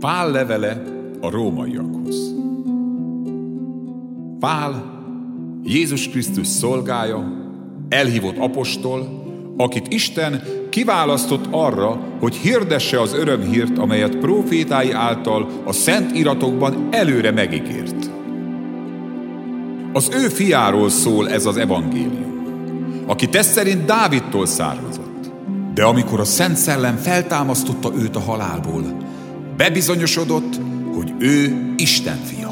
Pál levele a rómaiakhoz. Pál, Jézus Krisztus szolgája, elhívott apostol, akit Isten kiválasztott arra, hogy hirdesse az örömhírt, amelyet prófétái által a szent iratokban előre megígért. Az ő fiáról szól ez az evangélium, aki test szerint Dávidtól származott. De amikor a Szent Szellem feltámasztotta őt a halálból, bebizonyosodott, hogy ő Isten fia.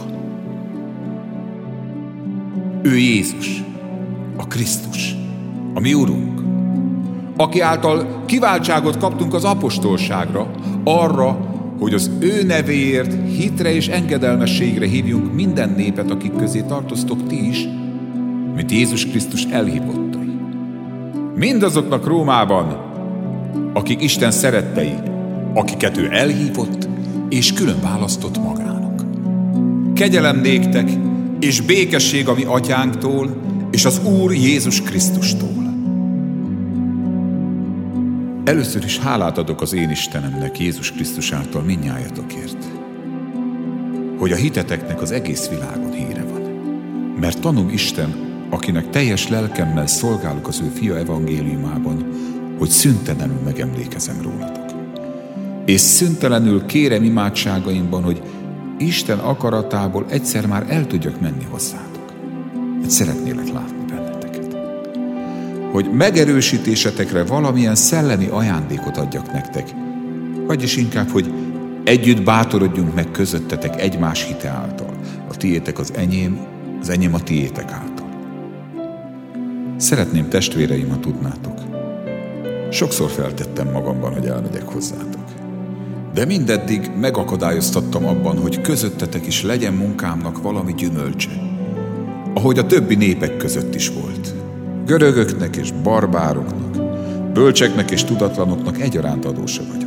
Ő Jézus, a Krisztus, a mi Urunk, aki által kiváltságot kaptunk az apostolságra, arra, hogy az ő nevéért hitre és engedelmességre hívjunk minden népet, akik közé tartoztok ti is, mint Jézus Krisztus elhívottai. Mindazoknak Rómában, akik Isten szerettei, akiket ő elhívott és külön választott magának. Kegyelem néktek és békesség a mi atyánktól és az Úr Jézus Krisztustól. Először is hálát adok az én Istenemnek Jézus Krisztus által mindnyájatokért, hogy a hiteteknek az egész világon híre van. Mert tanom Isten, akinek teljes lelkemmel szolgálok az ő fia evangéliumában, hogy szüntelenül megemlékezem rólatok. És szüntelenül kérem imádságaimban, hogy Isten akaratából egyszer már el tudjak menni hozzátok. Mert szeretnélek látni benneteket. Hogy megerősítésetekre valamilyen szellemi ajándékot adjak nektek, vagyis inkább, hogy együtt bátorodjunk meg közöttetek egymás hite által. A tiétek az enyém a tiétek által. Szeretném, testvéreim, ha tudnátok. Sokszor feltettem magamban, hogy elmegyek hozzátok. De mindeddig megakadályoztattam abban, hogy közöttetek is legyen munkámnak valami gyümölcse, ahogy a többi népek között is volt. Görögöknek és barbároknak, bölcseknek és tudatlanoknak egyaránt adósa vagyok.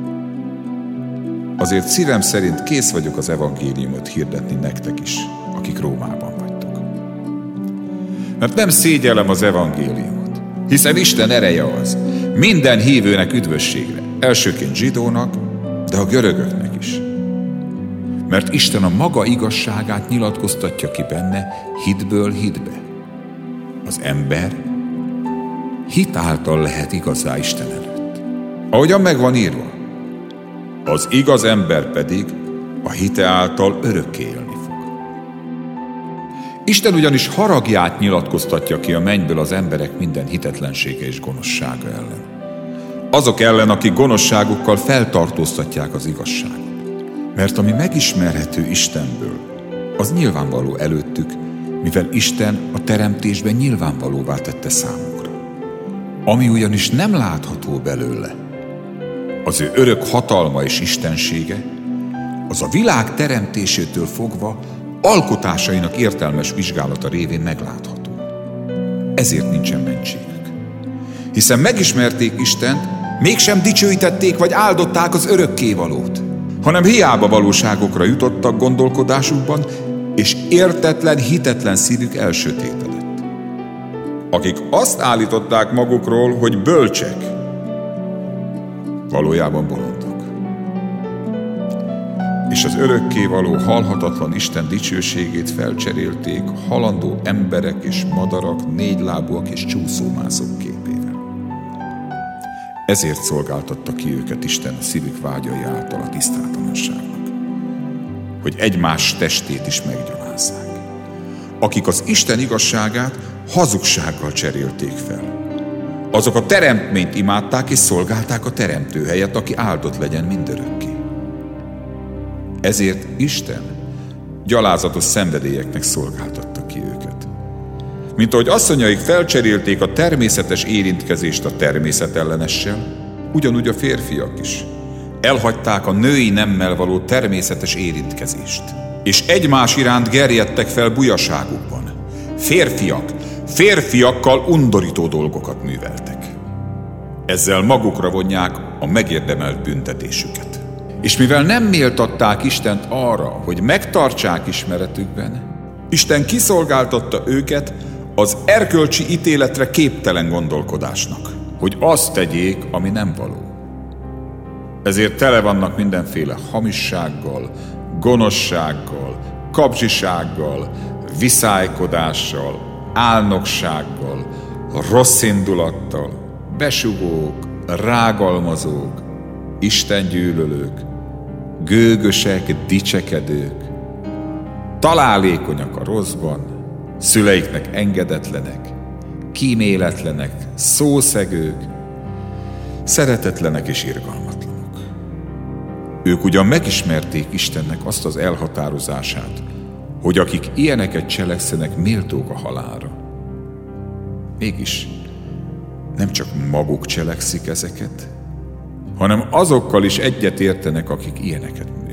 Azért szívem szerint kész vagyok az evangéliumot hirdetni nektek is, akik Rómában vagytok. Mert nem szégyellem az evangéliumot, hiszen Isten ereje az, minden hívőnek üdvösségre, elsőként zsidónak, de a görögöknek is. Mert Isten a maga igazságát nyilatkoztatja ki benne hitből hitbe. Az ember hit által lehet igazá Isten előtt. Ahogyan megvan írva, az igaz ember pedig a hite által örökké élni fog. Isten ugyanis haragját nyilatkoztatja ki a mennyből az emberek minden hitetlensége és gonoszsága ellen. Azok ellen, akik gonoszságukkal feltartóztatják az igazságot. Mert ami megismerhető Istenből, az nyilvánvaló előttük, mivel Isten a teremtésben nyilvánvalóvá tette számukra. Ami ugyanis nem látható belőle, az ő örök hatalma és istensége, az a világ teremtésétől fogva alkotásainak értelmes vizsgálata révén meglátható. Ezért nincsen mentségük. Hiszen megismerték Istent, mégsem dicsőítették vagy áldották az örökkévalót, hanem hiába valóságokra jutottak gondolkodásukban, és értetlen, hitetlen szívük elsötétedett. Akik azt állították magukról, hogy bölcsek, valójában bolondok. És az örökkévaló, halhatatlan Isten dicsőségét felcserélték halandó emberek és madarak, négylábúak és csúszómászók képével. Ezért szolgáltatta ki őket Isten a szívük vágyai által a tisztátalanságnak, hogy egymás testét is meggyalázzák. Akik az Isten igazságát hazugsággal cserélték fel. Azok a teremtményt imádták és szolgálták a teremtő helyett, aki áldott legyen mindörökké. Ezért Isten gyalázatos szenvedélyeknek szolgáltatta ki őket. Mint ahogy asszonyaik felcserélték a természetes érintkezést a természetellenessel, ugyanúgy a férfiak is elhagyták a női nemmel való természetes érintkezést, és egymás iránt gerjedtek fel bujaságukban. Férfiakkal undorító dolgokat műveltek. Ezzel magukra vonják a megérdemelt büntetésüket. És mivel nem méltatták Istent arra, hogy megtartsák ismeretükben, Isten kiszolgáltatta őket az erkölcsi ítéletre képtelen gondolkodásnak, hogy azt tegyék, ami nem való. ezért tele vannak mindenféle hamissággal, gonoszsággal, kapzsisággal, viszálykodással, álnoksággal, rossz indulattal, besugók, rágalmazók, istengyűlölők, gőgösek, dicsekedők, találékonyak a rosszban, szüleiknek engedetlenek, kíméletlenek, szószegők, szeretetlenek és irgalmatlanok. Ők ugyan megismerték Istennek azt az elhatározását, hogy akik ilyeneket cselekszenek, méltók a halálra. Mégis nem csak maguk cselekszik ezeket, hanem azokkal is egyet értenek, akik ilyeneket